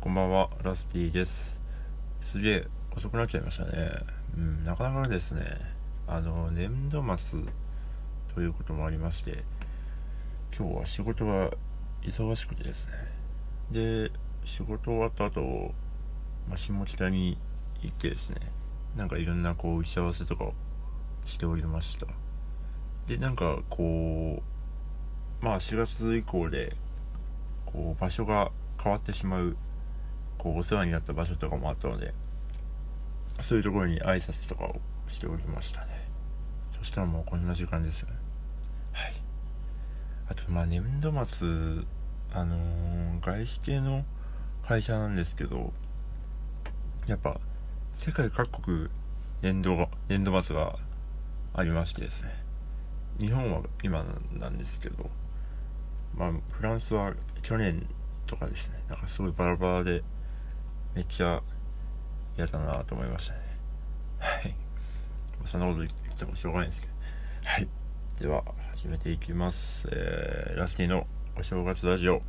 こんばんは、ラスティです。すげえ遅くなっちゃいましたね。なかなかですね、年度末ということもありまして、今日は仕事が忙しくてですね。で、仕事終わった後、下北に行ってですね、なんかいろんな打ち合わせとかをしておりました。で、4月以降で、場所が変わってしまう、お世話になった場所とかもあったので、そういうところに挨拶とかをしておりましたね。そしたらもうこんな時間ですよね。はい。あと年度末、外資系の会社なんですけど、やっぱ世界各国年度末がありましてですね。日本は今なんですけど、フランスは去年とかですね。なんかすごいバラバラでめっちゃ嫌だなと思いましたね。はい。そんなこと言ってもしょうがないですけど。はい。では始めていきます。ラスティのお正月ラジオ。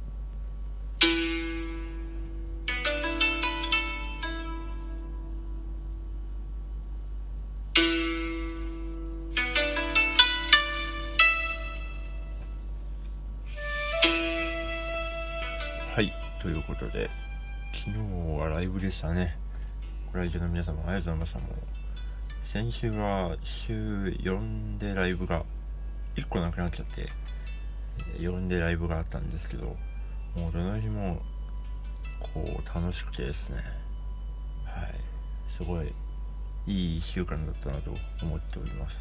はい。ということで、昨日はライブでしたね。ご来場の皆様ありがとうございました。もう先週は週4でライブが1個なくなっちゃって、4でライブがあったんですけど、もうどの日も楽しくてですね、はい、すごいいい1週間だったなと思っております。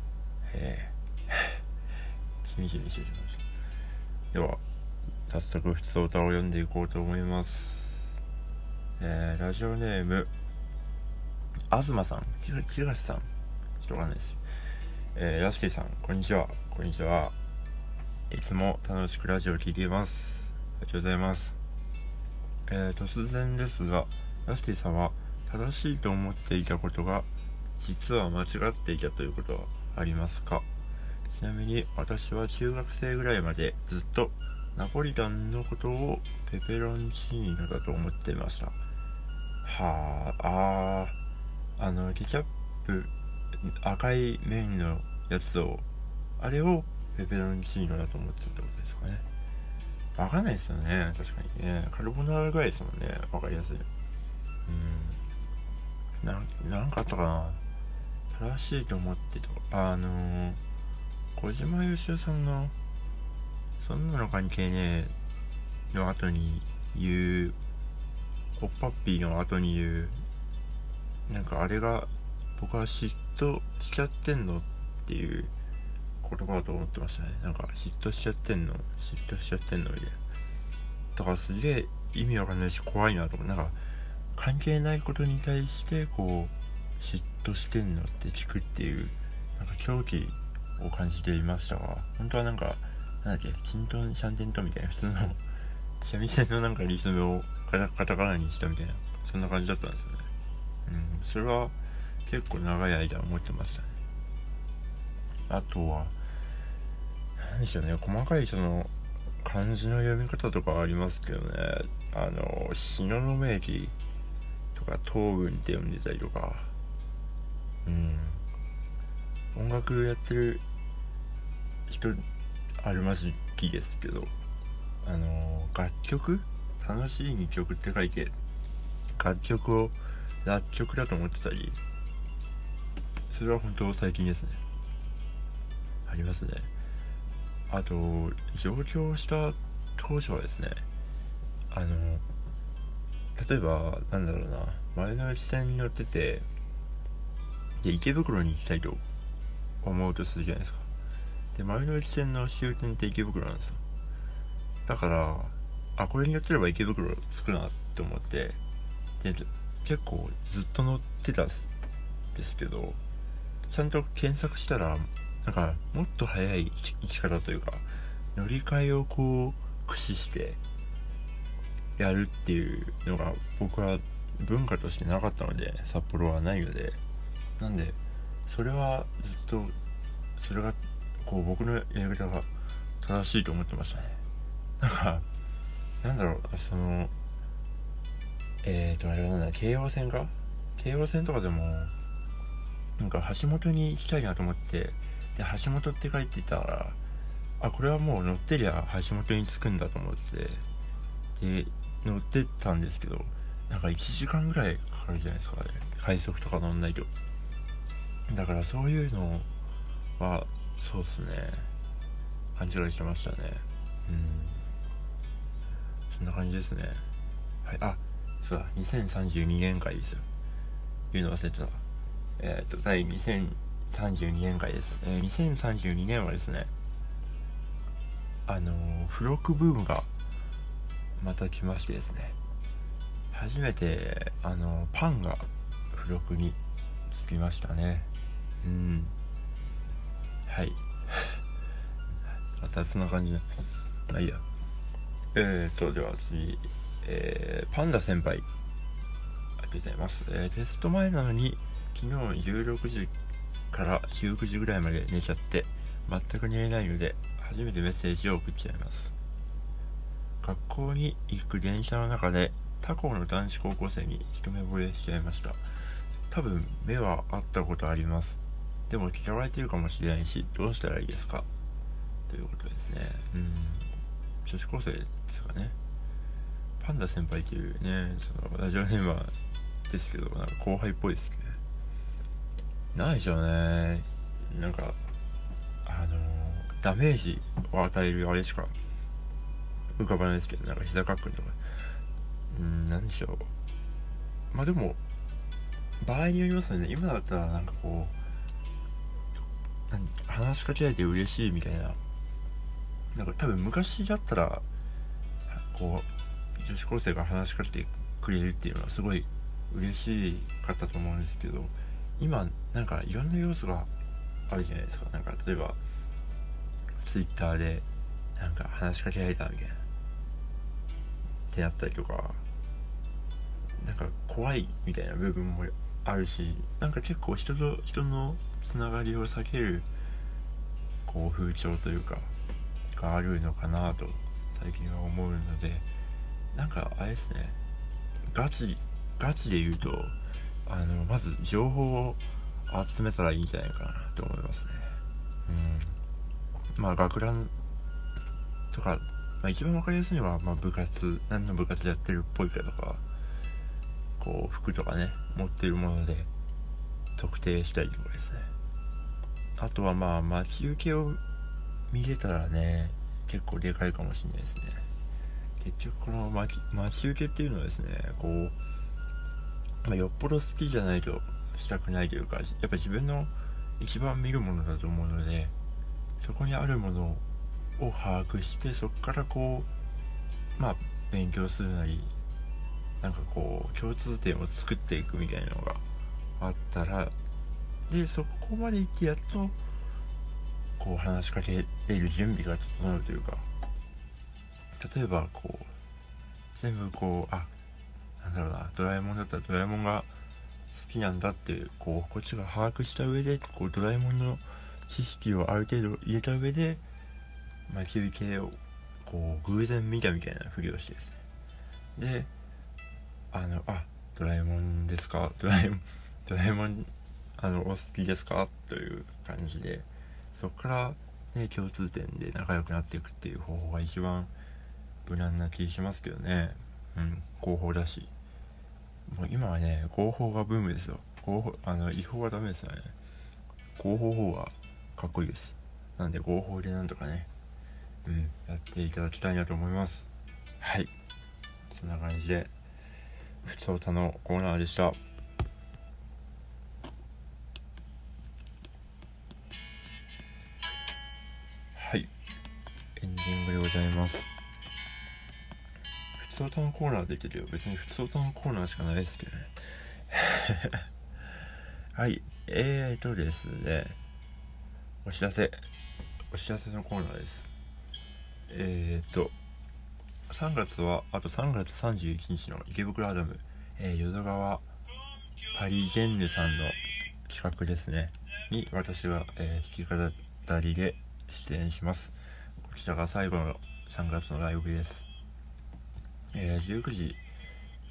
しみじみしてしまいました。では早速普通歌を読んでいこうと思います。ラジオネーム東さん、東さん、ちょっとわかんないです。ラスティさん、こんにちは。こんにちは。いつも楽しくラジオを聞いています。ありがとうございます。突然ですが、ラスティさんは正しいと思っていたことが実は間違っていたということはありますか？ちなみに私は中学生ぐらいまでずっとナポリタンのことをペペロンチーノだと思っていました。ケチャップ、赤い麺のやつを、あれをペペロンチーノだと思ってたってことですかね。わかんないですよね。確かにね。カルボナーラぐらいですもんね。わかりやすい。なんかあったかな。正しいと思ってた。小島よしおさんのそんなの関係ねえの後に言う、おっぱっぴーの後に言う、なんかあれが僕は嫉妬しちゃってんのっていう言葉だと思ってましたね。なんか嫉妬しちゃってんのみたいな。だからすげえ意味わかんないし怖いなと思う。なんか関係ないことに対して嫉妬してんのって聞くっていう、なんか狂気を感じていましたが、本当はなんだっけ、チントンシャンテントみたいな、普通の三味線のなんかリズムをカタカナにしたみたいな、そんな感じだったんですよね。それは結構長い間思ってましたね。あとは何でしょうね、細かいその漢字の読み方とかありますけどね、東雲駅とか東軍って読んでたりとか、音楽やってる人あるまじきですけど、楽曲、楽しいに曲って書いて楽曲を楽曲だと思ってたり、それは本当最近ですね。ありますね。あと上京した当初はですね、例えば丸の内線に乗ってて、で池袋に行きたいと思うとするじゃないですか。で丸の内線の終点って池袋なんですよ。だからこれに乗ってれば池袋着くなって思って、で結構ずっと乗ってたんですけど、ちゃんと検索したらなんかもっと早い生き方というか、乗り換えを駆使してやるっていうのが僕は文化としてなかったので、札幌はないので、なんでそれはずっとそれが僕のやり方が正しいと思ってましたね。そのあれはなんだ、京王線とかでもなんか橋本に行きたいなと思って、で橋本って書いてたら、あ、これはもう乗ってりゃ橋本に着くんだと思ってで乗ってたんですけど、なんか1時間ぐらいかかるじゃないですか、快速とか乗んないと。だからそういうのはそうっすね、勘違いしてましたね。そんな感じですね。はい、あ、そうだ、2032年会ですよ。言うの忘れてた。第2032年会です。2032年はですね、付録ブームがまた来ましてですね、初めてパンが付録につきましたね。はいまたそんな感じで、まあいいや。では次、パンダ先輩、ありがとうございます。テスト前なのに昨日16時から19時ぐらいまで寝ちゃって全く寝れないので初めてメッセージを送っちゃいます。学校に行く電車の中で他校の男子高校生に一目惚れしちゃいました。多分目は合ったことあります。でも嫌われてるかもしれないしどうしたらいいですか、ということですね。女子高生ですかね。パンダ先輩っていうね、そのラジオネームはですけど、なんか後輩っぽいですね。ないでしょうね。なんかダメージを与えるあれしか浮かばないですけど、なんか膝かっくんとか、なんでしょう。まあでも場合によりますよね。今だったらなんかこう話しかけられて嬉しいみたいな、なんか多分昔だったらこう女子高生が話しかけてくれるっていうのはすごい嬉しかったと思うんですけど、今なんかいろんな要素があるじゃないですか。なんか例えばツイッターでなんか話しかけられたみたいなってなったりとか、なんか怖いみたいな部分もあるし、なんか結構人と人のつながりを避けるこう風潮というかがあるのかなと最近は思うので、なんかあれですね、ガチで言うとまず情報を集めたらいいんじゃないかなと思いますね。まあ学ランとか、一番わかりやすいのは、部活、何の部活やってるっぽいかとか、こう服とかね持ってるもので特定したりとかですね。あとは待ち受けを見れたらね結構でかいかもしれないですね。結局この待ち受けっていうのはですね、こう、よっぽど好きじゃないとしたくないというか、やっぱ自分の一番見るものだと思うので、そこにあるものを把握してそこからこう勉強するなり、なんかこう共通点を作っていくみたいなのがあったら、でそこまでいってやっとこう話しかけれる準備が整うというか、例えばこう全部こうなんだろうな、ドラえもんだったらドラえもんが好きなんだってこっちが把握した上で、こうドラえもんの知識をある程度入れた上で待ち受けをこう偶然見たみたいなふりをしてですね、でドラえもんですか、ドラえもんお好きですかという感じで、そこからね共通点で仲良くなっていくっていう方法が一番無難な気しますけどね。合法だし、もう今はね合法がブームですよ。違法はダメですよね。合法法はかっこいいです。なんで合法でなんとかねやっていただきたいなと思います。はい、そんな感じでふつおたのコーナーでした。はい、エンディングでございます。ふつおたのコーナーできるよ。別にふつおたのコーナーしかないですけどねはい、ですね、お知らせのコーナーです。3月はあと3月31日の池袋アダム、淀川パリジェンヌさんの企画ですねに私は、弾き語りで出演します。こちらが最後の3月のライブです。19時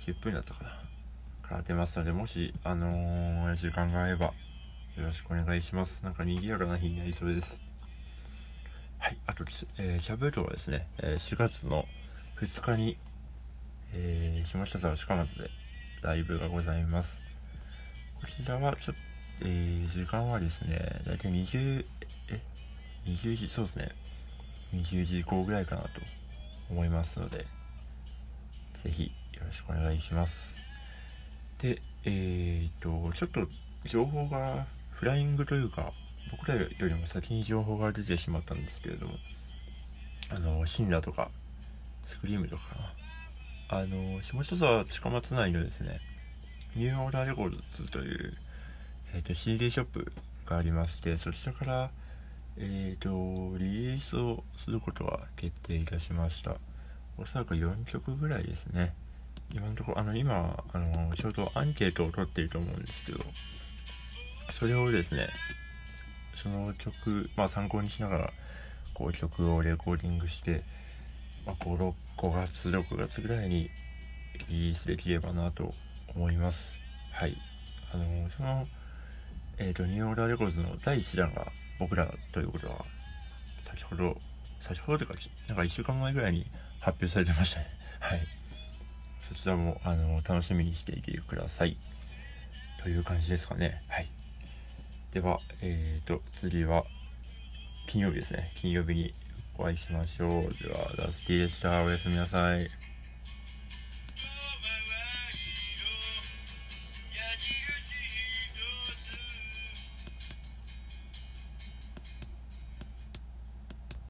10分だったかなから出ますので、もし時間が合えばよろしくお願いします。なんか賑やかな日になりそうです。はい、あと喋るはですね、4月の2日に、下北沢鹿松でライブがございます。こちらは時間はですね、だいたい20時、そうですね、20時以降ぐらいかなと思いますので、ぜひよろしくお願いします。で、ちょっと情報がフライングというか、僕らよりも先に情報が出てしまったんですけれども、シンラとかスクリームとかかな、下北沢近松内のですね、ニューオーダーレコードズという、CD ショップがありまして、そちらから、リリースをすることが決定いたしました。おそらく4曲ぐらいですね。今のところ今ちょうどアンケートを取っていると思うんですけど、それをですね、その曲、参考にしながらこう曲をレコーディングして、5月6月ぐらいにリリースできればなと思います。はい。そのニューオーダーレコーズの第1弾が僕らということは先ほどというかなんか1週間前ぐらいに発表されてましたね。はい。そちらも楽しみにしていてくださいという感じですかね。はい。では次は金曜日ですね。金曜日にお会いしましょう。ではダスティでした。おやすみなさい。